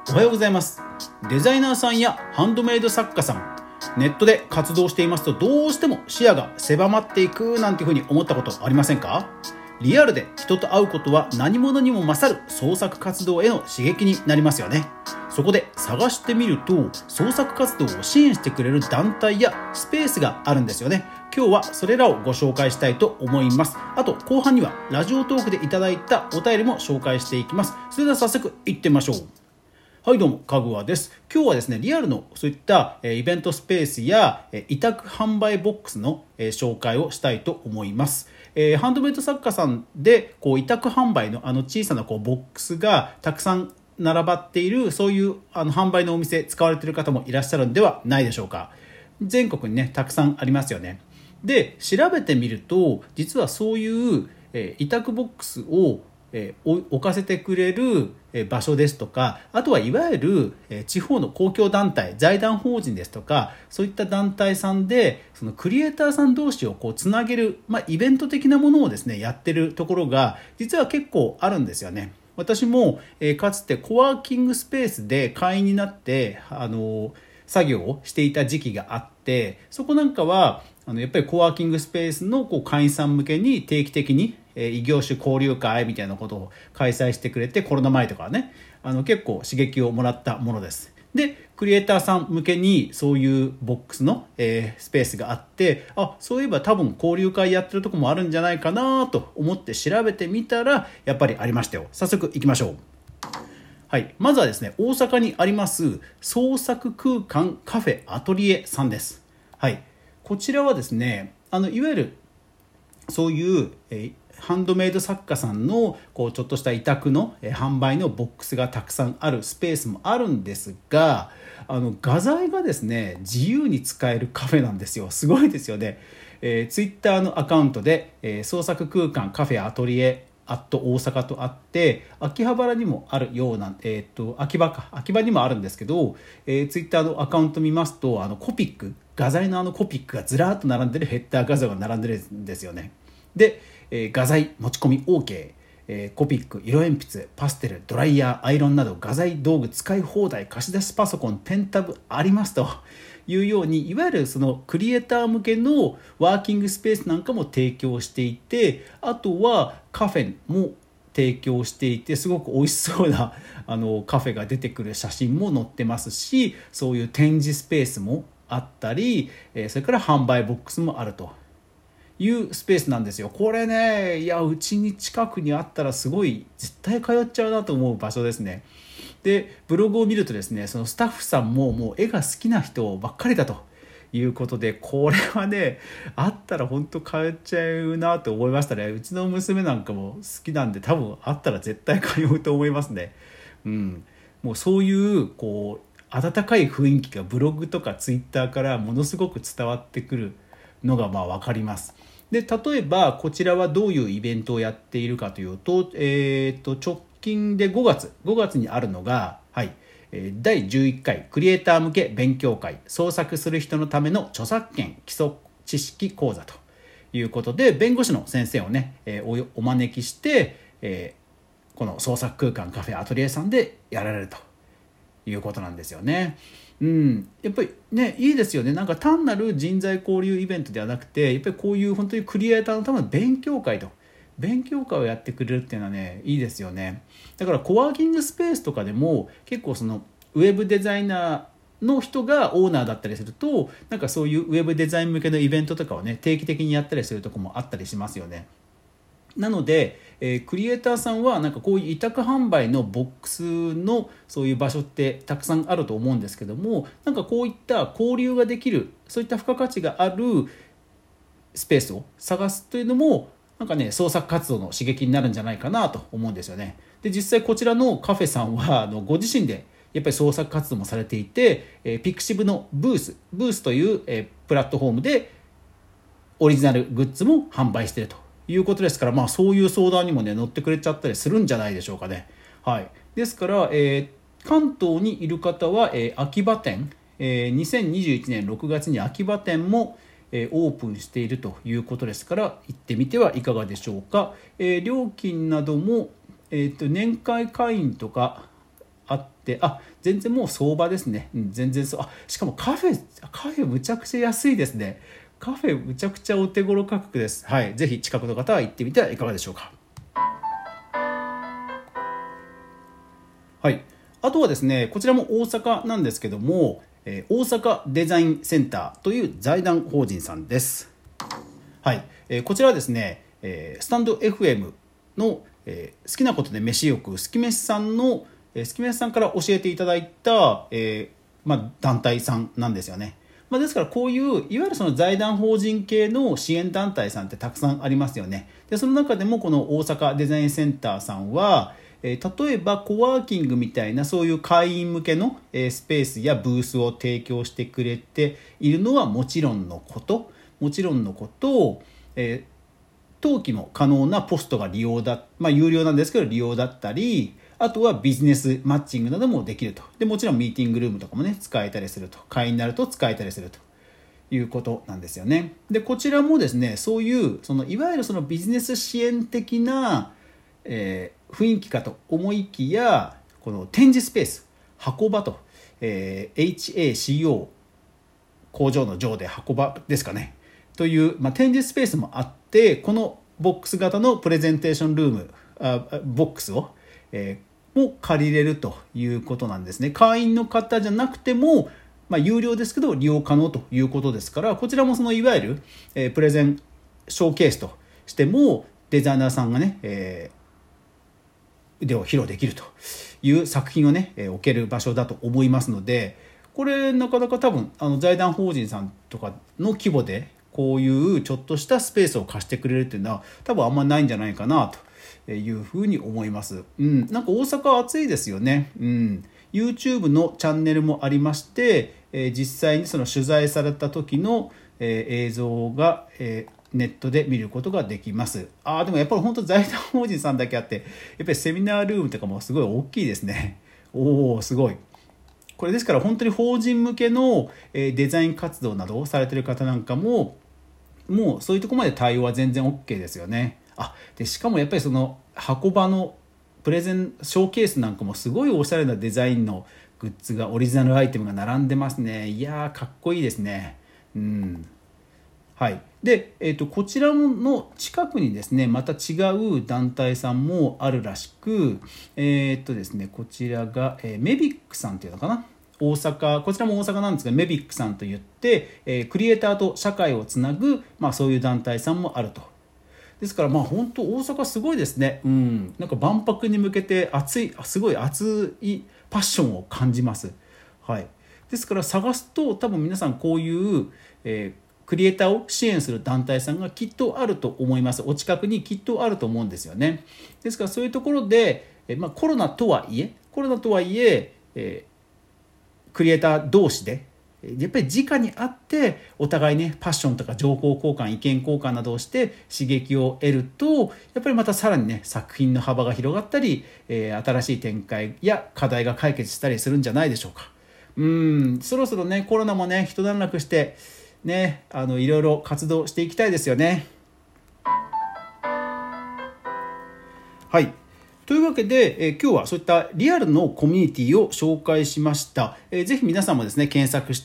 おはようございます。デザイナーさんやハンドメイド作家さん、ネットで活動していますとどうしても視野が狭まっていくなんていうふうに思ったことありませんか？リアルで人と会うことは何者にも勝る創作活動への刺激になりますよね。そこで探してみると創作活動を支援してくれる団体やスペースがあるんですよね。今日はそれらをご紹介したいと思います。あと後半にはラジオトークでいただいたお便りも紹介していきます。それでは早速いってみましょう。はいどうも、かぐわです。今日はですね、リアルのそういったイベントスペースや委託販売ボックスの紹介をしたいと思います。ハンドメイド作家さんで委託販売の小さなボックスがたくさん並ばっている、そういう販売のお店使われている方もいらっしゃるんではないでしょうか。全国にね、たくさんありますよね。で、調べてみると実はそういう委託ボックスを置かせてくれる場所ですとか、あとはいわゆる地方の公共団体、財団法人ですとか、そういった団体さんでそのクリエイターさん同士をつなげる、イベント的なものをですねやってるところが実は結構あるんですよね。私もかつてコワーキングスペースで会員になって作業をしていた時期があって、そこなんかはやっぱりコワーキングスペースの会員さん向けに定期的に異業種交流会みたいなことを開催してくれて、コロナ前とかはね結構刺激をもらったものです。でクリエイターさん向けにそういうボックスのスペースがあって、そういえば多分交流会やってるとこもあるんじゃないかなと思って調べてみたらやっぱりありましたよ。早速行きましょう。はい、まずはですね、大阪にあります創作空間カフェアトリエさんです。はい、こちらはですね、いわゆるそういうハンドメイド作家さんのちょっとした委託の販売のボックスがたくさんあるスペースもあるんですが、画材がですね自由に使えるカフェなんですよ。すごいですよね。ツイッターのアカウントで、創作空間カフェアトリエ大阪とあって、秋葉原にもあるような、秋葉にもあるんですけど、ツイッターのアカウント見ますとコピック、画材のコピックがずらっと並んでるヘッダー画像が並んでるんですよね。で、画材持ち込み OK、コピック、色鉛筆、パステル、ドライヤー、アイロンなど画材道具使い放題、貸し出しパソコン、ペンタブありますというように、いわゆるそのクリエイター向けのワーキングスペースなんかも提供していて、あとはカフェも提供していて、すごく美味しそうなカフェが出てくる写真も載ってますし、そういう展示スペースもあったり、それから販売ボックスもあるというスペースなんですよ。これね、いやうちに近くにあったらすごい絶対通っちゃうなと思う場所ですね。でブログを見るとですね、そのスタッフさんももう絵が好きな人ばっかりだということで、これはねあったら本当通っちゃうなと思いましたね。うちの娘なんかも好きなんで、多分あったら絶対通うと思いますね。もうそういう温かい雰囲気がブログとかツイッターからものすごく伝わってくるのが分かります。で例えばこちらはどういうイベントをやっているかというと、直近で5月にあるのが、第11回クリエイター向け勉強会、創作する人のための著作権基礎知識講座ということで、弁護士の先生をね、お招きして、この創作空間カフェアトリエさんでやられるということなんですよね。やっぱりねいいですよね。なんか単なる人材交流イベントではなくて、やっぱりこういう本当にクリエイターのための勉強会をやってくれるっていうのはねいいですよね。だからコワーキングスペースとかでも結構そのウェブデザイナーの人がオーナーだったりすると、なんかそういうウェブデザイン向けのイベントとかをね定期的にやったりするとこもあったりしますよね。なので、クリエイターさんはなんかこういう委託販売のボックスのそういう場所ってたくさんあると思うんですけども、なんかこういった交流ができる、そういった付加価値があるスペースを探すというのもなんかね創作活動の刺激になるんじゃないかなと思うんですよね。で実際こちらのカフェさんはご自身でやっぱり創作活動もされていて、ピクシブのブースという、プラットフォームでオリジナルグッズも販売しているということですから、そういう相談にもね乗ってくれちゃったりするんじゃないでしょうかね。ですから、関東にいる方は、秋葉店、2021年6月に秋葉店も、オープンしているということですから行ってみてはいかがでしょうか。料金なども、年会会員とかあって、全然もう相場ですね。全然そう。しかもカフェむちゃくちゃ安いですね。カフェむちゃくちゃお手頃価格です。はい。ぜひ近くの方は行ってみてはいかがでしょうか。はい。あとはですね、こちらも大阪なんですけども、大阪デザインセンターという財団法人さんです。はい。こちらはですね、スタンド FM の、好きなことで飯よくすきめしさんの、すきめしさんから教えていただいた、団体さんなんですよね。ですからこういういわゆるその財団法人系の支援団体さんってたくさんありますよね。でその中でもこの大阪デザインセンターさんは、例えばコワーキングみたいなそういう会員向けのスペースやブースを提供してくれているのはもちろんのこと、登記も可能なポストが利用だ、有料なんですけど利用だったり、あとはビジネスマッチングなどもできると。でもちろんミーティングルームとかもね使えたりすると、会員になると使えたりするということなんですよね。でこちらもですね、そういうそのいわゆるそのビジネス支援的な、雰囲気かと思いきや、この展示スペース箱場と、HACO 工場の上で箱場ですかねという、展示スペースもあって、このボックス型のプレゼンテーションルームボックスを、も借りれるということなんですね。会員の方じゃなくても、有料ですけど利用可能ということですから、こちらもそのいわゆる、プレゼンショーケースとしてもデザイナーさんがね、腕を披露できるという作品をね、置ける場所だと思いますので、これなかなか多分財団法人さんとかの規模でこういうちょっとしたスペースを貸してくれるっていうのは多分あんまないんじゃないかなというふうに思います。なんか大阪は暑いですよね。YouTube のチャンネルもありまして、実際にその取材された時の、映像が、ネットで見ることができます。でもやっぱり本当財団法人さんだけあって、やっぱりセミナールームとかもすごい大きいですね。すごい。これですから本当に法人向けのデザイン活動などをされている方なんかもうそういうところまで対応は全然 OK ですよね。でしかもやっぱりその箱場のプレゼンショーケースなんかもすごいおしゃれなデザインのグッズが、オリジナルアイテムが並んでますね。いやーかっこいいですね。はい。で、こちらの近くにですね、また違う団体さんもあるらしく、ですね、こちらが、メビックさんっていうのかな。大阪、こちらも大阪なんですが、メビックさんといって、クリエイターと社会をつなぐ、そういう団体さんもあると。ですから本当大阪すごいですね。なんか万博に向けてすごい熱いパッションを感じます。はい。ですから探すと多分皆さんこういう、クリエイターを支援する団体さんがきっとあると思います。お近くにきっとあると思うんですよね。ですからそういうところで、コロナとはいえ、クリエイター同士でやっぱり直に会ってお互いねパッションとか情報交換、意見交換などをして刺激を得ると、やっぱりまたさらにね作品の幅が広がったり、新しい展開や課題が解決したりするんじゃないでしょうか。そろそろねコロナもね一段落してね、いろいろ活動していきたいですよね。はい。というわけで、今日はそういったリアルのコミュニティを紹介しました。ぜひ皆さんもですね、検索して、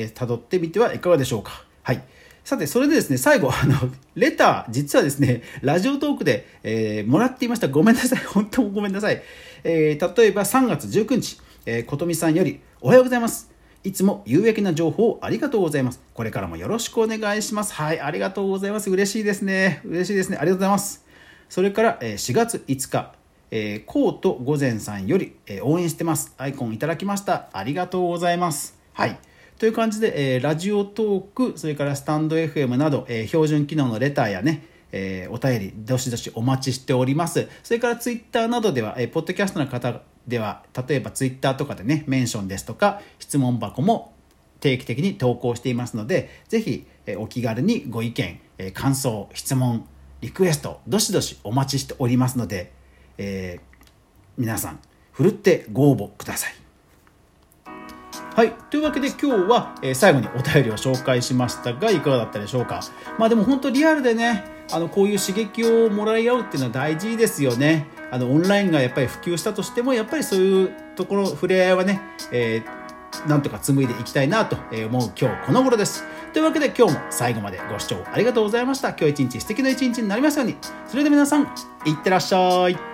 辿ってみてはいかがでしょうか。はい。さて、それでですね、最後、レター、実はですね、ラジオトークで、もらっていました。ごめんなさい。本当ごめんなさい。例えば3月19日、ことみさんより、おはようございます。いつも有益な情報をありがとうございます。これからもよろしくお願いします。はい、ありがとうございます。嬉しいですね。嬉しいですね。ありがとうございます。それから4月5日、コート午前さんより応援してます。アイコンいただきました。ありがとうございます。はい。という感じで、ラジオトーク、それからスタンド FM など、標準機能のレターやね、お便り、どしどしお待ちしております。それからツイッターなどでは、ポッドキャストの方では、例えばツイッターとかでね、メンションですとか、質問箱も定期的に投稿していますので、ぜひ、お気軽にご意見、感想、質問、リクエスト、どしどしお待ちしておりますので、皆さん、ふるってご応募ください。はい。というわけで今日は、最後にお便りを紹介しましたが、いかがだったでしょうか。でも本当リアルでね、 こういう刺激をもらい合うっていうのは大事ですよね。オンラインがやっぱり普及したとしても、やっぱりそういうところ触れ合いはね、なんとか紡いでいきたいなと思う今日この頃です。というわけで今日も最後までご視聴ありがとうございました。今日一日素敵な一日になりますように。それでは皆さん、いってらっしゃい。